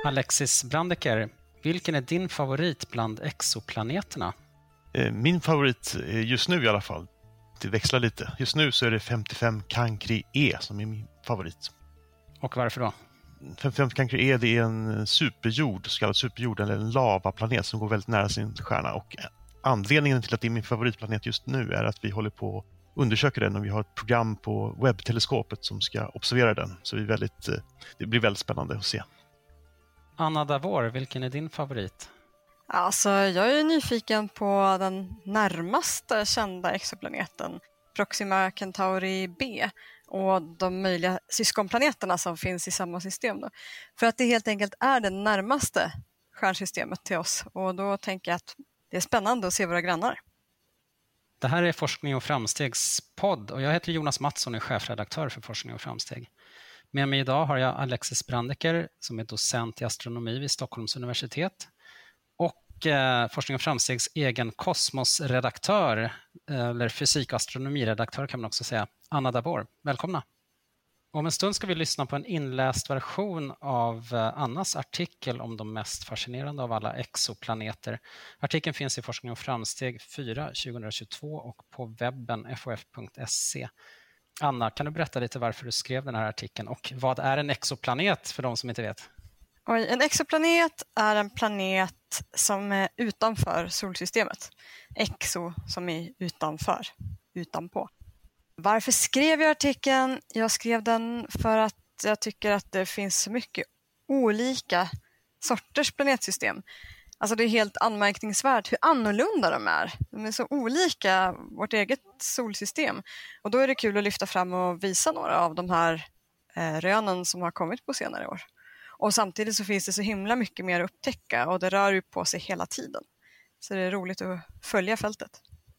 Alexis Brandeker, vilken är din favorit bland exoplaneterna? Min favorit just nu i alla fall, det växlar lite. Just nu så är det 55 Cancri E som är min favorit. Och varför då? 55 Cancri E, det är en superjord, så kallad superjord, eller en lavaplanet som går väldigt nära sin stjärna. Och anledningen till att det är min favoritplanet just nu är att vi håller på att undersöka den och vi har ett program på webbteleskopet som ska observera den. Så det blir väldigt spännande att se. Anna Davor, vilken är din favorit? Alltså, jag är nyfiken på den närmaste kända exoplaneten, Proxima Centauri B, och de möjliga syskonplaneterna som finns i samma system då. För att det helt enkelt är det närmaste stjärnsystemet till oss, och då tänker jag att det är spännande att se våra grannar. Det här är Forskning och framstegs podd och jag heter Jonas Mattsson och är chefredaktör för Forskning och framsteg. Med mig idag har jag Alexis Brandeker som är docent i astronomi vid Stockholms universitet och Forskning och framstegs egen kosmosredaktör, eller fysik- och astronomiredaktör kan man också säga, Anna Davor. Välkomna! Om en stund ska vi lyssna på en inläst version av Annas artikel om de mest fascinerande av alla exoplaneter. Artikeln finns i Forskning och framsteg 4 2022 och på webben fof.se. Anna, kan du berätta lite varför du skrev den här artikeln och vad är en exoplanet för de som inte vet? En exoplanet är en planet som är utanför solsystemet. Exo som är utanför, utanpå. Varför skrev jag artikeln? Jag skrev den för att jag tycker att det finns så mycket olika sorters planetsystem. Alltså det är helt anmärkningsvärt hur annorlunda de är. De är så olika vårt eget solsystem. Och då är det kul att lyfta fram och visa några av de här rönen som har kommit på senare år. Och samtidigt så finns det så himla mycket mer att upptäcka och det rör ju på sig hela tiden. Så det är roligt att följa fältet.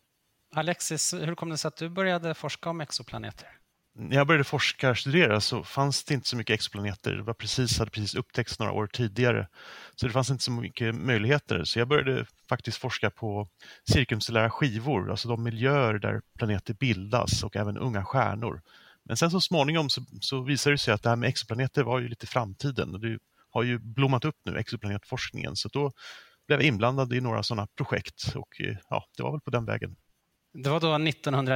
Alexis, hur kom det sig att du började forska om exoplaneter? När jag började forskarstudera så fanns det inte så mycket exoplaneter. Det hade precis upptäckts några år tidigare. Så det fanns inte så mycket möjligheter. Så jag började faktiskt forska på cirkumstellära skivor, alltså de miljöer där planeter bildas och även unga stjärnor. Men sen så småningom så visade det sig att det här med exoplaneter var ju lite framtiden. Och det har ju blommat upp nu, exoplanetforskningen. Så då blev jag inblandad i några sådana projekt och ja, det var väl på den vägen. Det var då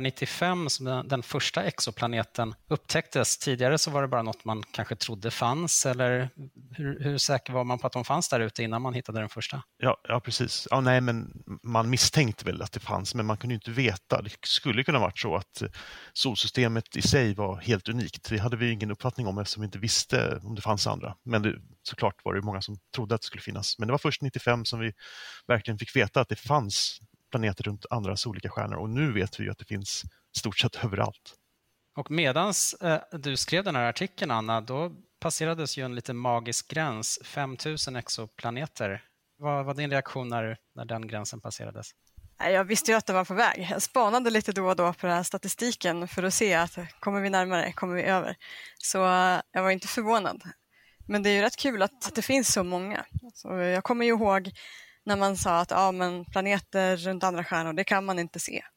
1995 som den första exoplaneten upptäcktes. Tidigare så var det bara något man kanske trodde fanns, eller hur säker var man på att de fanns där ute innan man hittade den första? Ja precis. Ja, nej, men man misstänkte väl att det fanns, men man kunde inte veta. Det skulle kunna varit så att solsystemet i sig var helt unikt. Det hade vi ingen uppfattning om eftersom vi inte visste om det fanns andra. Men såklart var det många som trodde att det skulle finnas. Men det var först 95 som vi verkligen fick veta att det fanns planeter runt andra solika stjärnor och nu vet vi ju att det finns stort sett överallt. Och medans du skrev den här artikeln, Anna, då passerades ju en lite magisk gräns, 5000 exoplaneter. Vad var din reaktion när den gränsen passerades? Jag visste ju att det var på väg. Jag spanade lite då och då på den här statistiken för att se att kommer vi närmare, kommer vi över. Så jag var inte förvånad. Men det är ju rätt kul att det finns så många. Så jag kommer ju ihåg när man sa att men planeter runt andra stjärnor, det kan man inte se.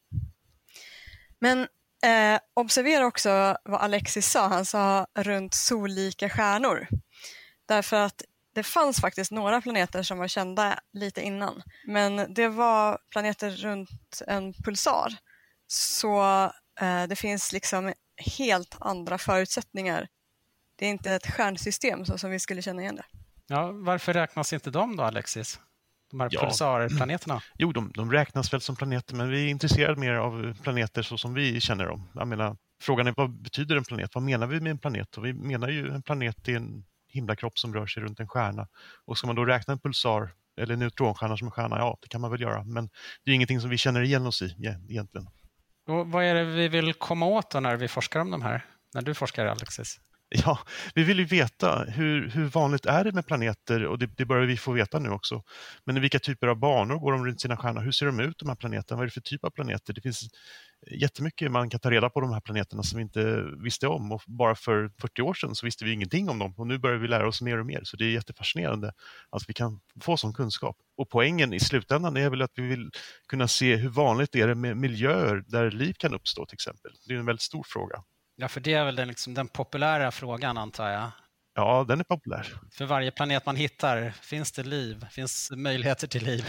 Men observera också vad Alexis sa. Han sa runt sollika stjärnor. Därför att det fanns faktiskt några planeter som var kända lite innan. Men det var planeter runt en pulsar. Så det finns liksom helt andra förutsättningar. Det är inte ett stjärnsystem så som vi skulle känna igen det. Ja, varför räknas inte de då, Alexis? De här pulsarplaneterna? Jo, de räknas väl som planeter, men vi är intresserade mer av planeter så som vi känner dem. Jag menar, frågan är vad betyder en planet? Vad menar vi med en planet? Och vi menar ju en planet är en himlakropp som rör sig runt en stjärna. Och ska man då räkna en pulsar eller neutronstjärna som en stjärna? Ja, det kan man väl göra. Men det är ingenting som vi känner igen oss i egentligen. Och vad är det vi vill komma åt då när vi forskar om de här? När du forskar, Alexis? Ja, vi vill ju veta hur vanligt är det med planeter och det börjar vi få veta nu också. Men i vilka typer av banor går de runt sina stjärnor? Hur ser de ut de här planeterna? Vad är det för typ av planeter? Det finns jättemycket man kan ta reda på de här planeterna som vi inte visste om. Och bara för 40 år sedan så visste vi ingenting om dem och nu börjar vi lära oss mer och mer. Så det är jättefascinerande att vi kan få sån kunskap. Och poängen i slutändan är väl att vi vill kunna se hur vanligt är det med miljöer där liv kan uppstå till exempel. Det är en väldigt stor fråga. Ja, för det är väl den populära frågan, antar jag. Ja, den är populär. För varje planet man hittar, finns det liv? Finns det möjligheter till liv?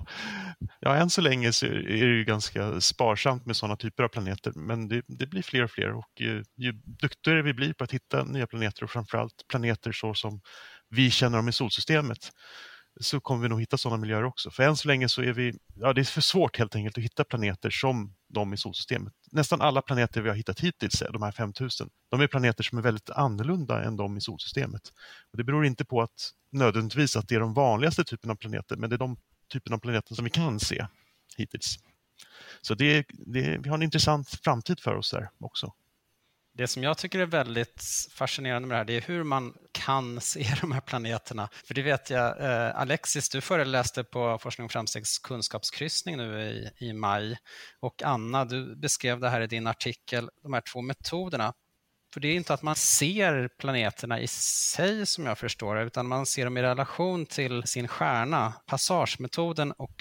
Ja, än så länge så är det ju ganska sparsamt med sådana typer av planeter, men det blir fler och fler, och ju duktigare vi blir på att hitta nya planeter, och framförallt planeter så som vi känner dem i solsystemet, så kommer vi nog hitta sådana miljöer också. För än så länge så är det är för svårt helt enkelt att hitta planeter som de i solsystemet. Nästan alla planeter vi har hittat hittills, de här 5000, de är planeter som är väldigt annorlunda än de i solsystemet. Och det beror inte på att nödvändigtvis att det är de vanligaste typen av planeter, men det är de typen av planeter som vi kan se hittills. Så vi har en intressant framtid för oss där också. Det som jag tycker är väldigt fascinerande med det här, det är hur man kan se de här planeterna. För det vet jag, Alexis, du föreläste på Forskning och framstegs kunskapskryssning nu i maj. Och Anna, du beskrev det här i din artikel, de här 2 metoderna. För det är inte att man ser planeterna i sig som jag förstår det, utan man ser dem i relation till sin stjärna, passagemetoden och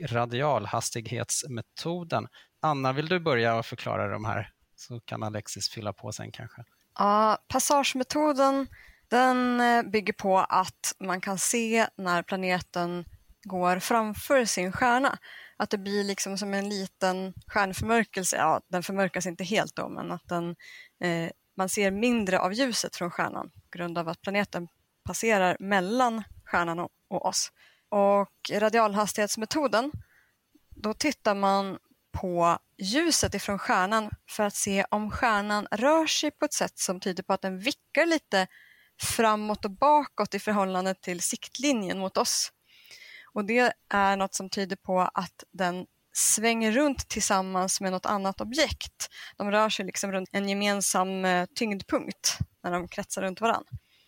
radialhastighetsmetoden. Anna, vill du börja och förklara de här? Så kan Alexis fylla på sen kanske. Ja, passagemetoden den bygger på att man kan se när planeten går framför sin stjärna. Att det blir liksom som en liten stjärnförmörkelse. Ja, den förmörkas inte helt då, men att man ser mindre av ljuset från stjärnan på grund av att planeten passerar mellan stjärnan och oss. Och radialhastighetsmetoden, då tittar man på ljuset ifrån stjärnan för att se om stjärnan rör sig på ett sätt som tyder på att den vickar lite framåt och bakåt i förhållande till siktlinjen mot oss. Och det är något som tyder på att den svänger runt tillsammans med något annat objekt. De rör sig liksom runt en gemensam tyngdpunkt när de kretsar runt varann.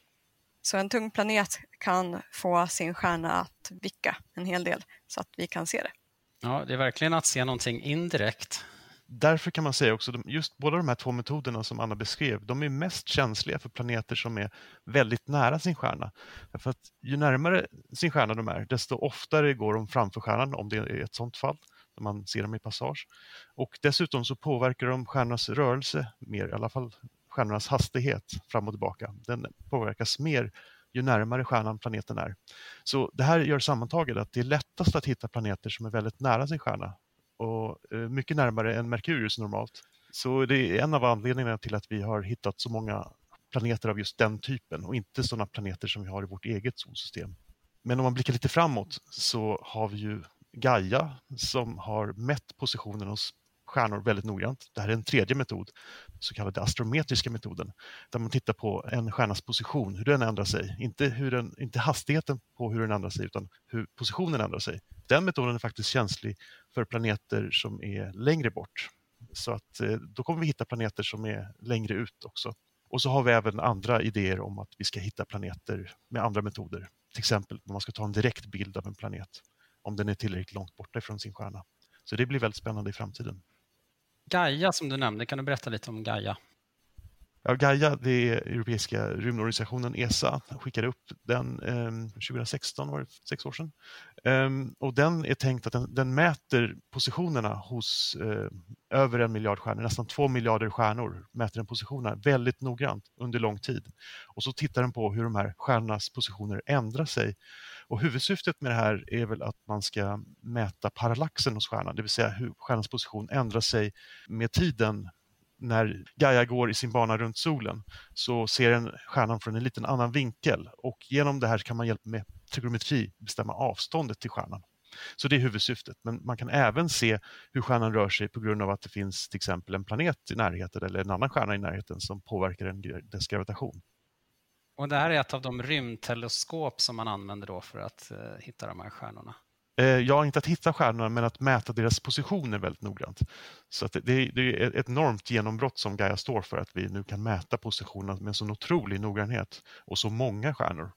Så en tung planet kan få sin stjärna att vicka en hel del så att vi kan se det. Ja, det är verkligen att se någonting indirekt. Därför kan man säga också, just båda de här 2 metoderna som Anna beskrev, de är mest känsliga för planeter som är väldigt nära sin stjärna. Därför att ju närmare sin stjärna de är, desto oftare går de framför stjärnan, om det är ett sådant fall, när man ser dem i passage. Och dessutom så påverkar de stjärnornas rörelse mer, i alla fall stjärnornas hastighet fram och tillbaka. Den påverkas mer ju närmare stjärnan planeten är. Så det här gör sammantaget att det är lättast att hitta planeter som är väldigt nära sin stjärna, och mycket närmare än Merkurius normalt. Så det är en av anledningarna till att vi har hittat så många planeter av just den typen och inte sådana planeter som vi har i vårt eget solsystem. Men om man blickar lite framåt så har vi ju Gaia som har mätt positionen hos stjärnor väldigt noggrant. Det här är en tredje metod, så kallade astrometriska metoden, där man tittar på en stjärnas position, hur den ändrar sig. Inte hastigheten på hur den ändrar sig, utan hur positionen ändrar sig. Den metoden är faktiskt känslig för planeter som är längre bort. Så att då kommer vi hitta planeter som är längre ut också. Och så har vi även andra idéer om att vi ska hitta planeter med andra metoder. Till exempel om man ska ta en direkt bild av en planet, om den är tillräckligt långt borta från sin stjärna. Så det blir väldigt spännande i framtiden. Gaia som du nämnde, kan du berätta lite om Gaia? Ja, Gaia, det är Europeiska rymdorganisationen ESA, skickade upp den 2016, var det 6 år sedan. Och den är tänkt att den mäter positionerna hos över 1 miljard stjärnor, nästan 2 miljarder stjärnor mäter den positionerna väldigt noggrant under lång tid. Och så tittar den på hur de här stjärnornas positioner ändrar sig. Och huvudsyftet med det här är väl att man ska mäta parallaxen hos stjärnan, det vill säga hur stjärnans position ändrar sig med tiden. När Gaia går i sin bana runt solen så ser stjärnan från en liten annan vinkel, och genom det här kan man hjälpa med trigonometri bestämma avståndet till stjärnan. Så det är huvudsyftet, men man kan även se hur stjärnan rör sig på grund av att det finns till exempel en planet i närheten eller en annan stjärna i närheten som påverkar dess gravitation. Och det här är ett av de rymdteleskop som man använder då för att hitta de här stjärnorna? Ja, inte att hitta stjärnorna, men att mäta deras positioner väldigt noggrant. Så att det är ett enormt genombrott som Gaia står för, att vi nu kan mäta positionerna med så otrolig noggrannhet och så många stjärnor.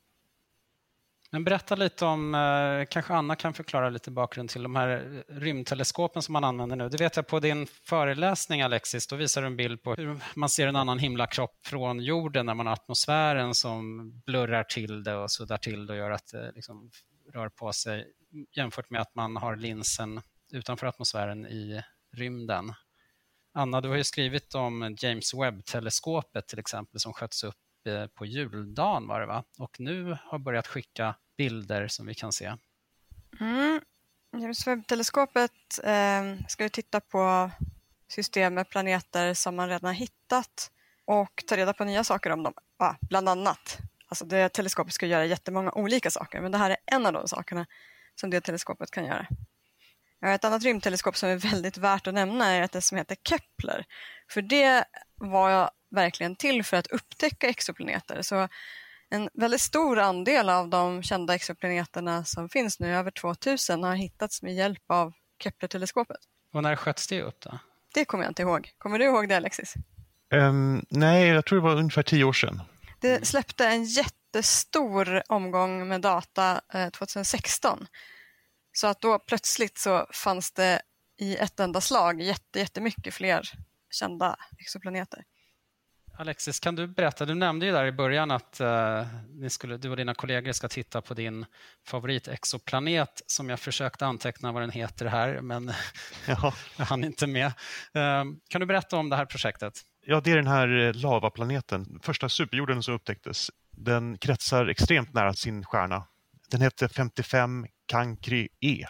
Men berätta lite om, kanske Anna kan förklara lite bakgrund till de här rymdteleskopen som man använder nu. Det vet jag på din föreläsning, Alexis, då visar du en bild på hur man ser en annan himlakropp från jorden när man har atmosfären som blurrar till det och suddar till det och gör att det liksom rör på sig, jämfört med att man har linsen utanför atmosfären i rymden. Anna, du har ju skrivit om James Webb-teleskopet till exempel som sköts upp på juldagen var det, va? Och nu har börjat skicka bilder som vi kan se. James Webb-teleskopet ska ju titta på system med planeter som man redan har hittat och ta reda på nya saker om dem. Ja, bland annat. Alltså det teleskopet ska göra jättemånga olika saker, men det här är en av de sakerna som det teleskopet kan göra. Ett annat rymdteleskop som är väldigt värt att nämna är det som heter Kepler. För det var verkligen till för att upptäcka exoplaneter. Så en väldigt stor andel av de kända exoplaneterna som finns nu, över 2000, har hittats med hjälp av Kepler-teleskopet. Och när sköts det upp då? Det kommer jag inte ihåg. Kommer du ihåg det, Alexis? Nej, jag tror det var ungefär 10 år sedan. Det släppte en jättestor omgång med data 2016. Så att då plötsligt så fanns det i ett enda slag jättemycket fler kända exoplaneter. Alexis, kan du berätta, du nämnde ju där i början att du och dina kollegor ska titta på din favoritexoplanet som jag försökte anteckna vad den heter här, men jag hann inte med. Kan du berätta om det här projektet? Ja, det är den här lavaplaneten, första superjorden som upptäcktes. Den kretsar extremt nära sin stjärna. Den heter 55 Cancri E.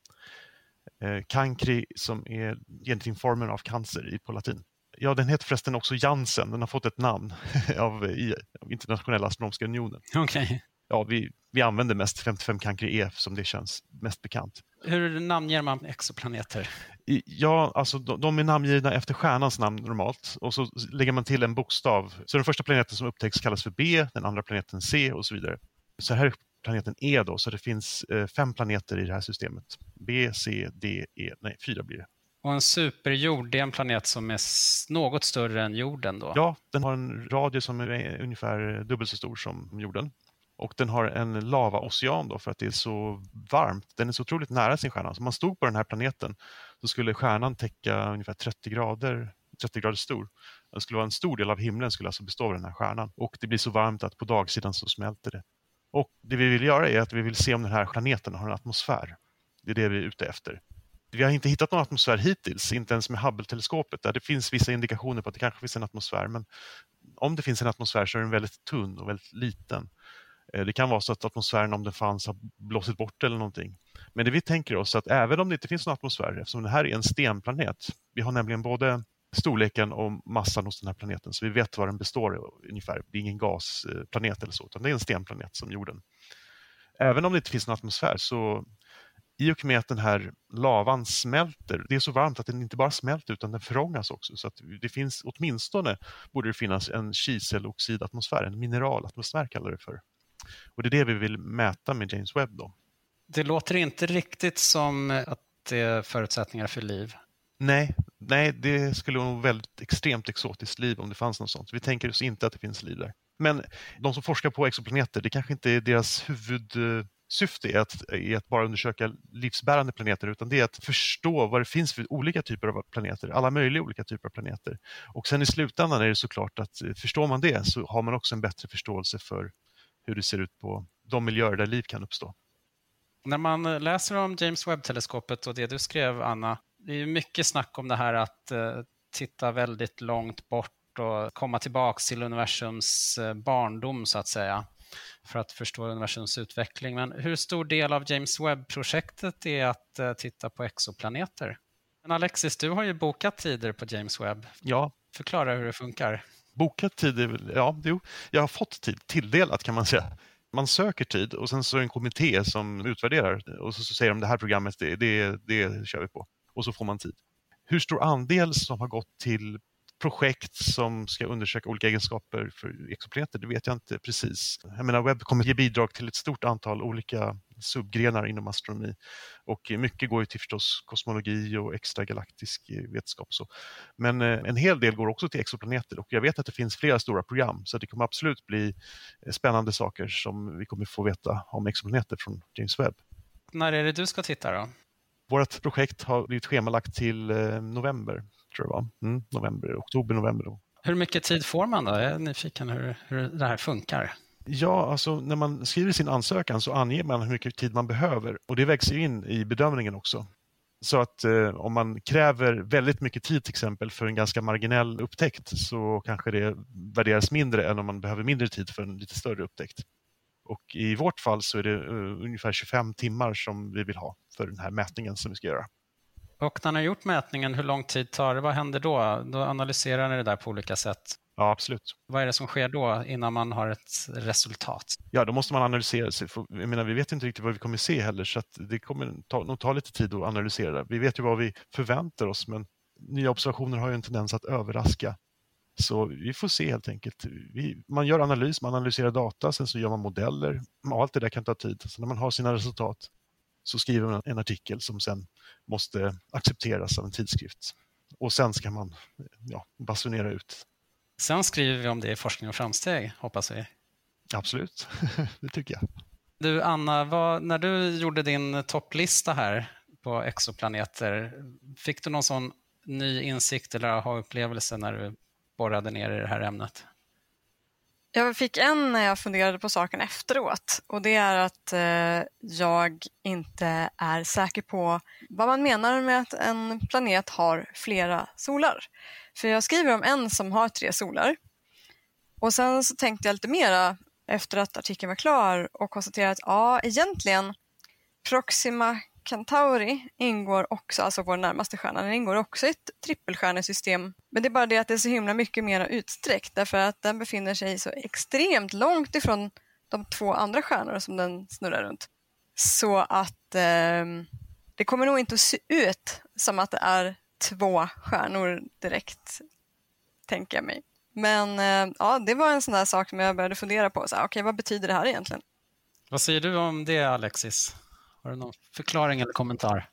Cancri som är egentligen formen av cancer på latin. Ja, den heter förresten också Janssen. Den har fått ett namn av Internationella astronomiska unionen. Okay. Ja, vi använder mest 55 Cancri E som det känns mest bekant. Hur namnger man exoplaneter? Ja, alltså de är namngivna efter stjärnans namn normalt. Och så lägger man till en bokstav. Så den första planeten som upptäcks kallas för B, den andra planeten C och så vidare. Så här är planeten E då, så det finns 5 planeter i det här systemet. B, C, D, E, nej 4 blir det. Och en superjord, det är en planet som är något större än jorden då? Ja, den har en radie som är ungefär dubbelt så stor som jorden. Och den har en lavaocean då för att det är så varmt. Den är så otroligt nära sin stjärna. Så om man stod på den här planeten så skulle stjärnan täcka ungefär 30 grader stor. Det skulle vara en stor del av himlen skulle alltså bestå av den här stjärnan. Och det blir så varmt att på dagsidan så smälter det. Och det vi vill göra är att vi vill se om den här planeten har en atmosfär. Det är det vi är ute efter. Vi har inte hittat någon atmosfär hittills, inte ens med Hubble-teleskopet. Där det finns vissa indikationer på att det kanske finns en atmosfär. Men om det finns en atmosfär så är den väldigt tunn och väldigt liten. Det kan vara så att atmosfären, om den fanns, har blåsit bort eller någonting. Men det vi tänker oss att även om det inte finns någon atmosfär, eftersom det här är en stenplanet, vi har nämligen både storleken och massan hos den här planeten, så vi vet vad den består av ungefär. Det är ingen gasplanet eller så, utan det är en stenplanet som jorden. Även om det inte finns någon atmosfär så i och med att den här lavan smälter, det är så varmt att den inte bara smälter utan den förångas också. Så att det finns, åtminstone borde det finnas en kiseloxidatmosfär, en mineralatmosfär kallar det för. Och det är det vi vill mäta med James Webb då. Det låter inte riktigt som att det är förutsättningar för liv. Nej, det skulle vara väldigt extremt exotiskt liv om det fanns något sånt. Vi tänker oss inte att det finns liv där. Men de som forskar på exoplaneter, det kanske inte är deras huvudsyfte är att bara undersöka livsbärande planeter, utan det är att förstå vad det finns för olika typer av planeter, alla möjliga olika typer av planeter. Och sen i slutändan är det såklart att förstår man det så har man också en bättre förståelse för hur det ser ut på de miljöer där liv kan uppstå. När man läser om James Webb-teleskopet och det du skrev, Anna, det är ju mycket snack om det här att titta väldigt långt bort och komma tillbaka till universums barndom så att säga för att förstå universums utveckling. Men hur stor del av James Webb-projektet är att titta på exoplaneter? Men Alexis, du har ju bokat tider på James Webb. Ja. Förklara hur det funkar. Bokat tid, jag har fått tid tilldelat kan man säga. Man söker tid och sen så är det en kommitté som utvärderar och så säger de det här programmet, det kör vi på. Och så får man tid. Hur stor andel som har gått till projekt som ska undersöka olika egenskaper för exoplaneter, det vet jag inte precis. Jag menar, Webb kommer ge bidrag till ett stort antal olika subgrenar inom astronomi. Och mycket går ju till förstås kosmologi och extragalaktisk vetenskap. Så. Men en hel del går också till exoplaneter och jag vet att det finns flera stora program så det kommer absolut bli spännande saker som vi kommer få veta om exoplaneter från James Webb. När är det du ska titta då? Vårt projekt har blivit schemalagt till november, tror jag det var. Oktober-november då. Hur mycket tid får man då? Jag är nyfiken hur det här funkar. Ja, alltså när man skriver sin ansökan så anger man hur mycket tid man behöver och det vägs in i bedömningen också. Så att om man kräver väldigt mycket tid till exempel för en ganska marginell upptäckt så kanske det värderas mindre än om man behöver mindre tid för en lite större upptäckt. Och i vårt fall så är det ungefär 25 timmar som vi vill ha för den här mätningen som vi ska göra. Och när ni har gjort mätningen, hur lång tid tar det? Vad händer då? Då analyserar ni det där på olika sätt. Ja, absolut. Vad är det som sker då innan man har ett resultat? Ja, då måste man analysera sig. Jag menar, vi vet inte riktigt vad vi kommer se heller, så att det kommer nog ta lite tid att analysera det. Vi vet ju vad vi förväntar oss, men nya observationer har ju en tendens att överraska. Så vi får se helt enkelt. Man gör analys, man analyserar data, sen så gör man modeller. Allt det där kan ta tid. Så när man har sina resultat så skriver man en artikel som sen måste accepteras av en tidskrift. Och sen ska man basunera ut. Sen skriver vi om det i Forskning och framsteg, hoppas vi. Absolut, det tycker jag. Du Anna, när du gjorde din topplista här på exoplaneter, fick du någon sån ny insikt eller aha-upplevelse när du borrade ner i det här ämnet? Jag fick en när jag funderade på saken efteråt, och det är att jag inte är säker på vad man menar med att en planet har flera solar. För jag skriver om en som har 3 solar, och sen så tänkte jag lite mera efter att artikeln var klar och konstaterade att egentligen Proxima Centauri ingår också, alltså vår närmaste stjärna, den ingår också i ett trippelstjärnesystem. Men det är bara det att det är så himla mycket mer utsträckt, därför att den befinner sig så extremt långt ifrån de 2 andra stjärnor som den snurrar runt. Så att det kommer nog inte att se ut som att det är 2 stjärnor direkt, tänker jag mig. Men det var en sån där sak som jag började fundera på. Okej, vad betyder det här egentligen? Vad säger du om det, Alexis? Har du någon förklaring eller kommentar?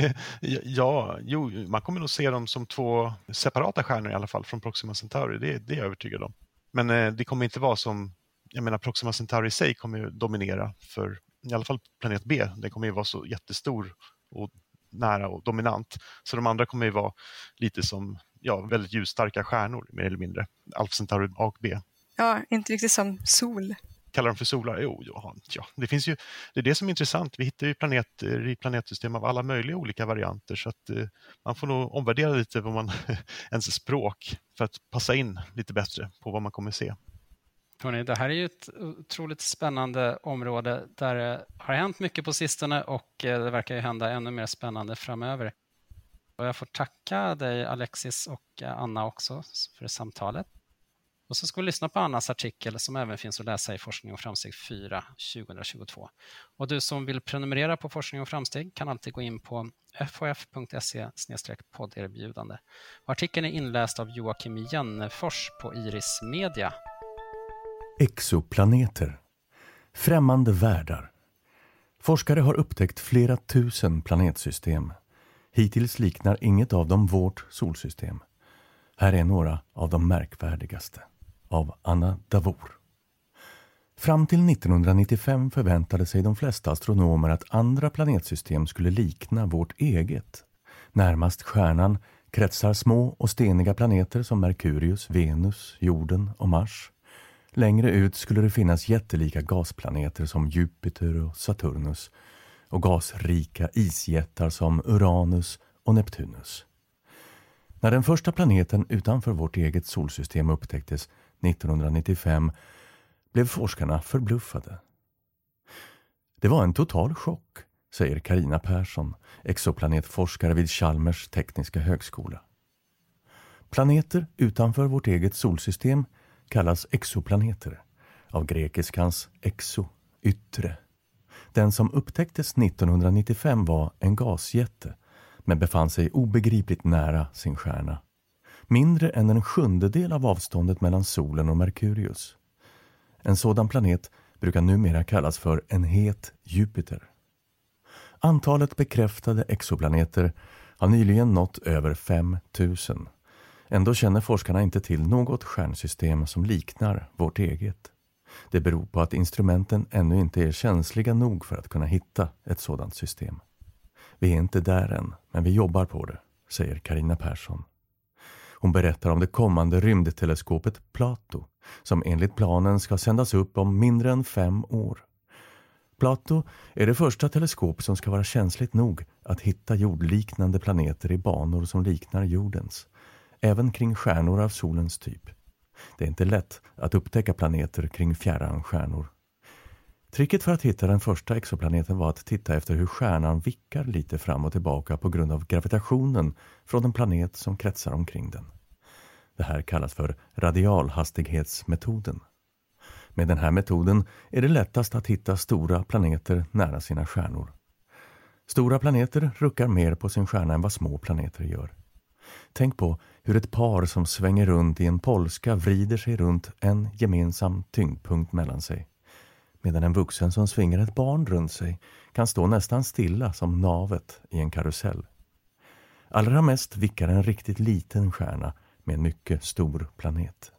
Man kommer nog se dem som 2 separata stjärnor i alla fall från Proxima Centauri. Det är jag övertygad om. Men det kommer inte vara som, Proxima Centauri i sig kommer ju dominera för i alla fall planet B. Den kommer ju vara så jättestor och nära och dominant. Så de andra kommer ju vara lite som väldigt ljusstarka stjärnor mer eller mindre. Alpha Centauri A och B. Ja, inte riktigt som sol. Kallar de för solar? Det finns ju, det är det som är intressant. Vi hittar ju planeter i planetsystem av alla möjliga olika varianter, så att man får nog omvärdera lite vad man ens språk för att passa in lite bättre på vad man kommer se. Hörrni, det här är ju ett otroligt spännande område där det har hänt mycket på sistone, och det verkar ju hända ännu mer spännande framöver. Och jag får tacka dig, Alexis, och Anna också för samtalet. Och så ska vi lyssna på Annas artikel som även finns att läsa i Forskning och framsteg 4 2022. Och du som vill prenumerera på Forskning och framsteg kan alltid gå in på fof.se/podderbjudande. Artikeln är inläst av Joakim Jennefors på Iris Media. Exoplaneter. Främmande världar. Forskare har upptäckt flera tusen planetsystem. Hittills liknar inget av dem vårt solsystem. Här är några av de märkvärdigaste. Av Anna Davour. Fram till 1995 förväntade sig de flesta astronomer att andra planetsystem skulle likna vårt eget. Närmast stjärnan kretsar små och steniga planeter som Merkurius, Venus, jorden och Mars. Längre ut skulle det finnas jättelika gasplaneter som Jupiter och Saturnus och gasrika isjättar som Uranus och Neptunus. När den första planeten utanför vårt eget solsystem upptäcktes 1995 blev forskarna förbluffade. Det var en total chock, säger Carina Persson, exoplanetforskare vid Chalmers tekniska högskola. Planeter utanför vårt eget solsystem kallas exoplaneter, av grekiskans exo, yttre. Den som upptäcktes 1995 var en gasjätte, men befann sig obegripligt nära sin stjärna. Mindre än en sjundedel av avståndet mellan solen och Merkurius. En sådan planet brukar numera kallas för en het Jupiter. Antalet bekräftade exoplaneter har nyligen nått över 5000. Ändå känner forskarna inte till något stjärnsystem som liknar vårt eget. Det beror på att instrumenten ännu inte är känsliga nog för att kunna hitta ett sådant system. Vi är inte där än, men vi jobbar på det, säger Carina Persson. Hon berättar om det kommande rymdteleskopet Plato, som enligt planen ska sändas upp om mindre än 5 år. Plato är det första teleskop som ska vara känsligt nog att hitta jordliknande planeter i banor som liknar jordens, även kring stjärnor av solens typ. Det är inte lätt att upptäcka planeter kring fjärran stjärnor. Tricket för att hitta den första exoplaneten var att titta efter hur stjärnan vickar lite fram och tillbaka på grund av gravitationen från en planet som kretsar omkring den. Det här kallas för radialhastighetsmetoden. Med den här metoden är det lättast att hitta stora planeter nära sina stjärnor. Stora planeter ruckar mer på sin stjärna än vad små planeter gör. Tänk på hur ett par som svänger runt i en polska vrider sig runt en gemensam tyngdpunkt mellan sig. Medan en vuxen som svingar ett barn runt sig kan stå nästan stilla som navet i en karusell. Allra mest vickar en riktigt liten stjärna med en mycket stor planet.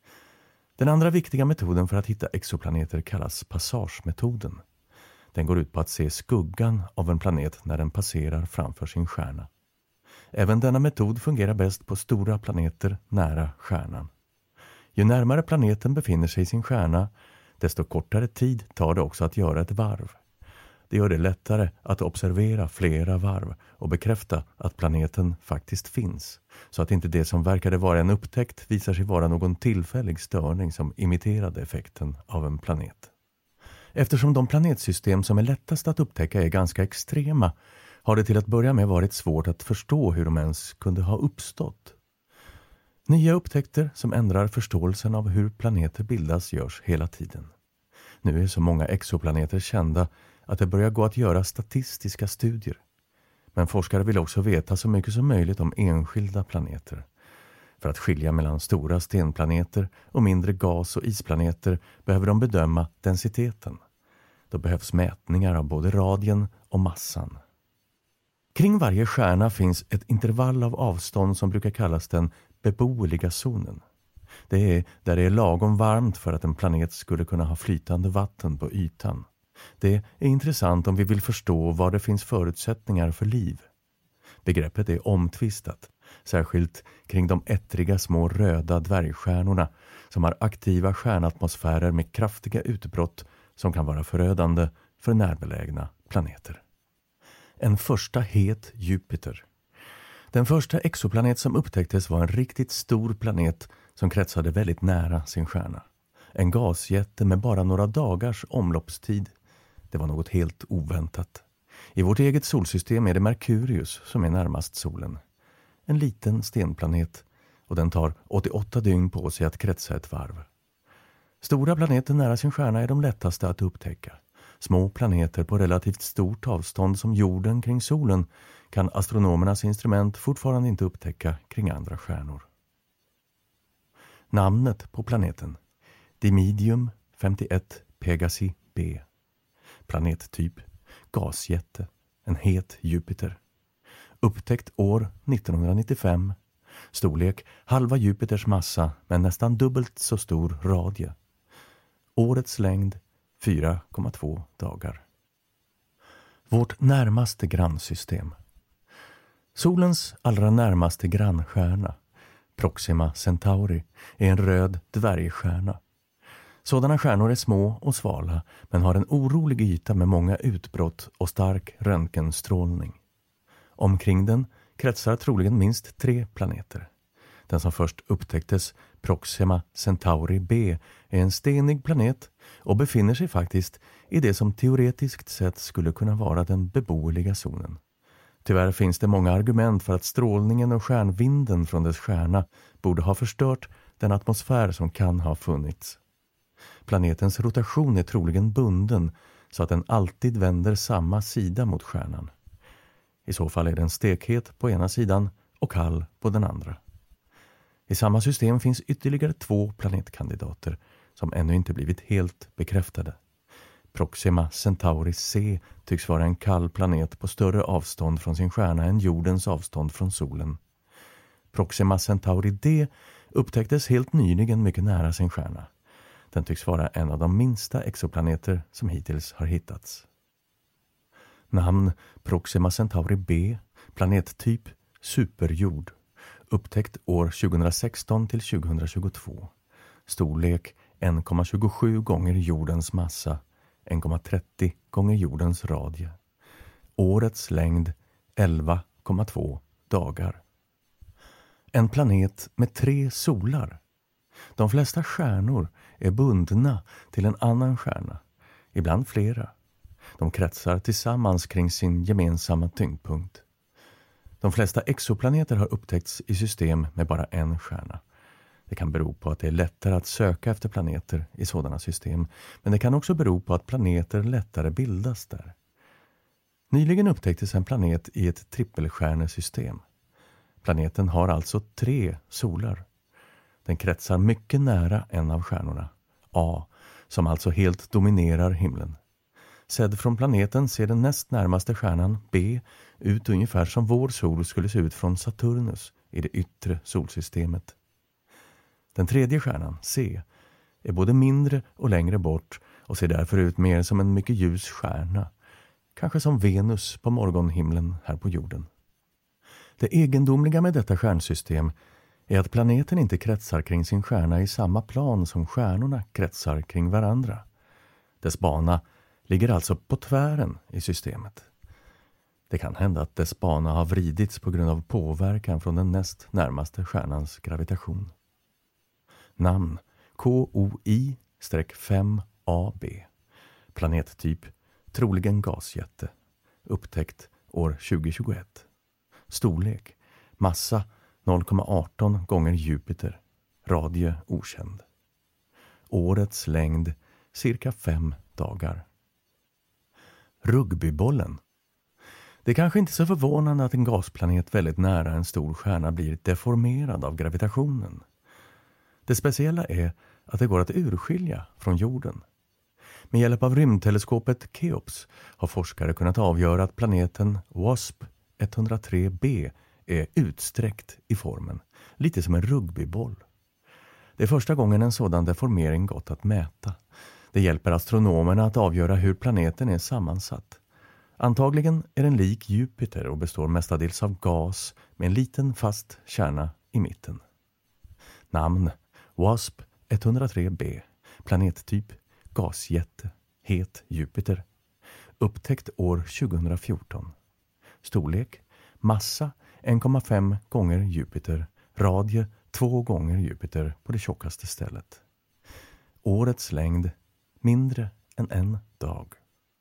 Den andra viktiga metoden för att hitta exoplaneter kallas passagemetoden. Den går ut på att se skuggan av en planet när den passerar framför sin stjärna. Även denna metod fungerar bäst på stora planeter nära stjärnan. Ju närmare planeten befinner sig i sin stjärna, desto kortare tid tar det också att göra ett varv. Det gör det lättare att observera flera varv och bekräfta att planeten faktiskt finns, så att inte det som verkade vara en upptäckt visar sig vara någon tillfällig störning som imiterade effekten av en planet. Eftersom de planetsystem som är lättast att upptäcka är ganska extrema har det till att börja med varit svårt att förstå hur de ens kunde ha uppstått. Nya upptäckter som ändrar förståelsen av hur planeter bildas görs hela tiden. Nu är så många exoplaneter kända att det börjar gå att göra statistiska studier. Men forskare vill också veta så mycket som möjligt om enskilda planeter. För att skilja mellan stora stenplaneter och mindre gas- och isplaneter behöver de bedöma densiteten. Då behövs mätningar av både radien och massan. Kring varje stjärna finns ett intervall av avstånd som brukar kallas den beboeliga zonen. Det är där det är lagom varmt för att en planet skulle kunna ha flytande vatten på ytan. Det är intressant om vi vill förstå var det finns förutsättningar för liv. Begreppet är omtvistat, särskilt kring de ettriga små röda dvärgstjärnorna som har aktiva stjärnatmosfärer med kraftiga utbrott som kan vara förödande för närbelägna planeter. En första het Jupiter. Den första exoplanet som upptäcktes var en riktigt stor planet som kretsade väldigt nära sin stjärna. En gasjätte med bara några dagars omloppstid. Det var något helt oväntat. I vårt eget solsystem är det Merkurius som är närmast solen. En liten stenplanet och den tar 88 dygn på sig att kretsa ett varv. Stora planeter nära sin stjärna är de lättaste att upptäcka. Små planeter på relativt stort avstånd som jorden kring solen kan astronomernas instrument fortfarande inte upptäcka kring andra stjärnor. Namnet på planeten: Dimidium 51 Pegasi b. Planettyp: gasjätte, en het Jupiter. Upptäckt år 1995. Storlek: halva Jupiters massa men nästan dubbelt så stor radie. Årets längd: 4,2 dagar. Vårt närmaste grannsystem. Solens allra närmaste grannstjärna, Proxima Centauri, är en röd dvärgstjärna. Sådana stjärnor är små och svala men har en orolig yta med många utbrott och stark röntgenstrålning. Omkring den kretsar troligen minst 3 planeter. Den som först upptäcktes, Proxima Centauri b, är en stenig planet och befinner sig faktiskt i det som teoretiskt sett skulle kunna vara den beboeliga zonen. Tyvärr finns det många argument för att strålningen och stjärnvinden från dess stjärna borde ha förstört den atmosfär som kan ha funnits. Planetens rotation är troligen bunden så att den alltid vänder samma sida mot stjärnan. I så fall är den stekhet på ena sidan och kall på den andra. I samma system finns ytterligare 2 planetkandidater som ännu inte blivit helt bekräftade. Proxima Centauri c tycks vara en kall planet på större avstånd från sin stjärna än jordens avstånd från solen. Proxima Centauri d upptäcktes helt nyligen mycket nära sin stjärna. Den tycks vara en av de minsta exoplaneter som hittills har hittats. Namn: Proxima Centauri b, planettyp superjord. Upptäckt år 2016 till 2022. Storlek: 1,27 gånger jordens massa. 1,30 gånger jordens radie. Årets längd 11,2 dagar. En planet med 3 solar. De flesta stjärnor är bundna till en annan stjärna, ibland flera. De kretsar tillsammans kring sin gemensamma tyngdpunkt. De flesta exoplaneter har upptäckts i system med bara en stjärna. Det kan bero på att det är lättare att söka efter planeter i sådana system, men det kan också bero på att planeter lättare bildas där. Nyligen upptäcktes en planet i ett trippelstjärnesystem. Planeten har alltså 3 solar. Den kretsar mycket nära en av stjärnorna, A, som alltså helt dominerar himlen. Sedd från planeten ser den näst närmaste stjärnan, B, ut ungefär som vår sol skulle se ut från Saturnus i det yttre solsystemet. Den tredje stjärnan, C, är både mindre och längre bort och ser därför ut mer som en mycket ljus stjärna, kanske som Venus på morgonhimlen här på jorden. Det egendomliga med detta stjärnsystem är att planeten inte kretsar kring sin stjärna i samma plan som stjärnorna kretsar kring varandra. Dess bana ligger alltså på tvären i systemet. Det kan hända att dess bana har vridits på grund av påverkan från den näst närmaste stjärnans gravitation. Namn KOI-5AB. Planettyp troligen gasjätte. Upptäckt år 2021. Storlek massa 0,18 gånger Jupiter. Radie okänd. Årets längd cirka 5 dagar. Rugbybollen. Det är kanske inte så förvånande att en gasplanet väldigt nära en stor stjärna blir deformerad av gravitationen. Det speciella är att det går att urskilja från jorden. Med hjälp av rymdteleskopet Keops har forskare kunnat avgöra att planeten WASP 103b är utsträckt i formen, lite som en rugbyboll. Det är första gången en sådan deformering gått att mäta. Det hjälper astronomerna att avgöra hur planeten är sammansatt. Antagligen är den lik Jupiter och består mestadels av gas med en liten fast kärna i mitten. Namn WASP 103b. Planettyp gasjätte. Het Jupiter. Upptäckt år 2014. Storlek massa 1,5 gånger Jupiter. Radie 2 gånger Jupiter på det tjockaste stället. Årets längd mindre än 1 dag.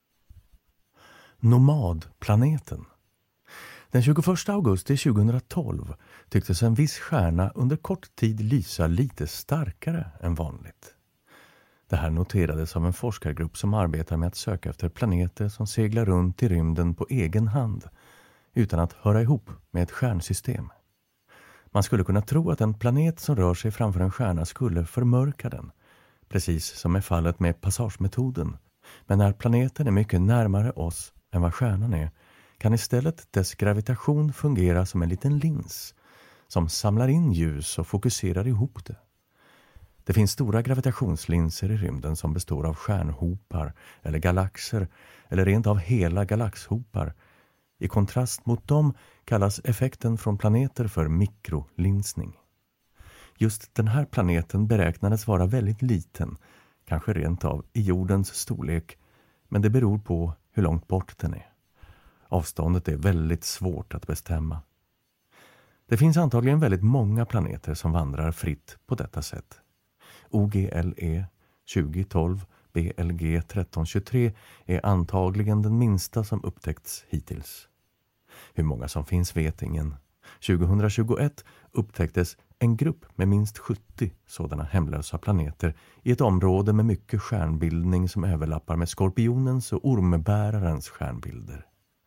Nomadplaneten. Den 21 augusti 2012 tycktes en viss stjärna under kort tid lysa lite starkare än vanligt. Det här noterades av en forskargrupp som arbetar med att söka efter planeter som seglar runt i rymden på egen hand utan att höra ihop med ett stjärnsystem. Man skulle kunna tro att en planet som rör sig framför en stjärna skulle förmörka den, precis som är fallet med passagemetoden. Men när planeten är mycket närmare oss än vad stjärnan är, kan istället dess gravitation fungera som en liten lins som samlar in ljus och fokuserar ihop det. Det finns stora gravitationslinser i rymden som består av stjärnhopar eller galaxer eller rent av hela galaxhopar. I kontrast mot dem kallas effekten från planeter för mikrolinsning. Just den här planeten beräknades vara väldigt liten, kanske rent av i jordens storlek, men det beror på hur långt bort den är. Avståndet är väldigt svårt att bestämma. Det finns antagligen väldigt många planeter som vandrar fritt på detta sätt. OGLE 2012 BLG 1323 är antagligen den minsta som upptäckts hittills. Hur många som finns vet ingen. 2021 upptäcktes en grupp med minst 70 sådana hemlösa planeter i ett område med mycket stjärnbildning som överlappar med skorpionens och ormbärarens stjärnbilder.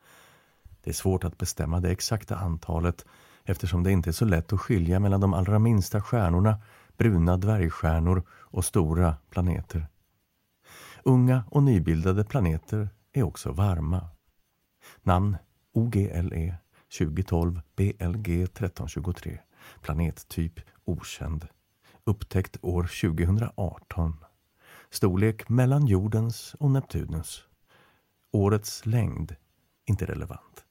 Det är svårt att bestämma det exakta antalet eftersom det inte är så lätt att skilja mellan de allra minsta stjärnorna, bruna dvärgstjärnor och stora planeter. Unga och nybildade planeter är också varma. Namn OGLE 2012 BLG 1323. Planettyp okänd. Upptäckt år 2018. Storlek mellan jordens och Neptunus. Årets längd inte relevant.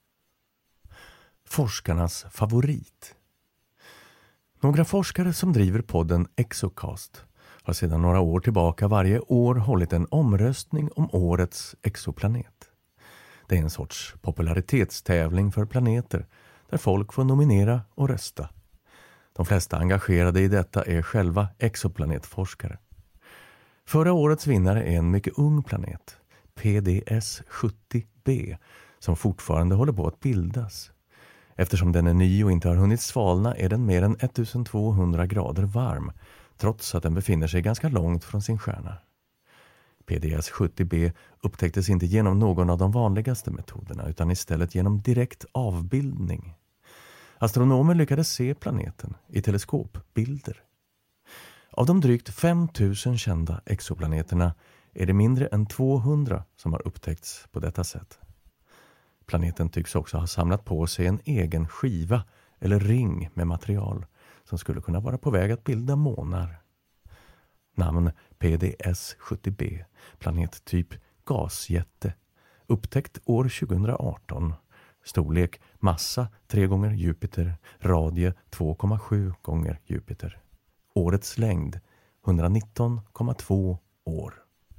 Forskarnas favorit. Några forskare som driver podden Exocast har sedan några år tillbaka varje år hållit en omröstning om årets exoplanet. Det är en sorts popularitetstävling för planeter där folk får nominera och rösta. De flesta engagerade i detta är själva exoplanetforskare. Förra årets vinnare är en mycket ung planet, PDS 70b, som fortfarande håller på att bildas. Eftersom den är ny och inte har hunnit svalna är den mer än 1200 grader varm, trots att den befinner sig ganska långt från sin stjärna. PDS 70b upptäcktes inte genom någon av de vanligaste metoderna utan istället genom direkt avbildning. Astronomer lyckades se planeten i teleskopbilder. Av de drygt 5000 kända exoplaneterna är det mindre än 200 som har upptäckts på detta sätt. Planeten tycks också ha samlat på sig en egen skiva eller ring med material som skulle kunna vara på väg att bilda månar. Namn PDS 70b, planettyp gasjätte, upptäckt år 2018. Storlek massa 3 gånger Jupiter, radie 2,7 gånger Jupiter. Årets längd 119,2 år.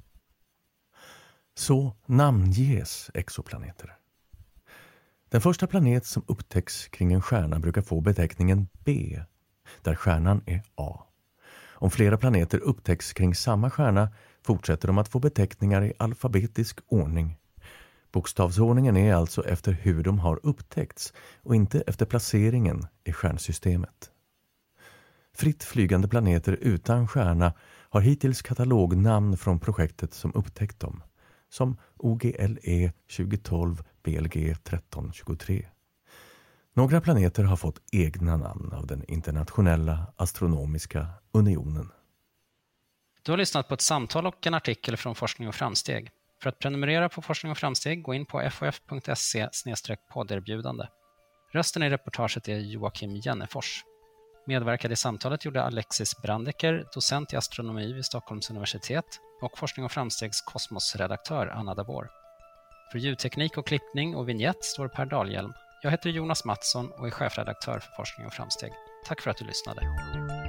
Så namnges exoplaneter. Den första planet som upptäcks kring en stjärna brukar få beteckningen B, där stjärnan är A. Om flera planeter upptäcks kring samma stjärna fortsätter de att få beteckningar i alfabetisk ordning. Bokstavsordningen är alltså efter hur de har upptäckts och inte efter placeringen i stjärnsystemet. Fritt flygande planeter utan stjärna har hittills katalognamn från projektet som upptäckt dem, som OGLE 2012 BLG 1323. Några planeter har fått egna namn av den internationella astronomiska unionen. Du har lyssnat på ett samtal och en artikel från Forskning och framsteg. För att prenumerera på Forskning och framsteg, gå in på fof.se/podderbjudande. Rösten i reportaget är Joakim Jennefors. Medverkade i samtalet gjorde Alexis Brandeker, docent i astronomi vid Stockholms universitet, och Forskning och framstegs kosmosredaktör Anna Dabor. För ljudteknik och klippning och vignett står Per Dahlhjelm. Jag heter Jonas Mattsson och är chefredaktör för Forskning och framsteg. Tack för att du lyssnade.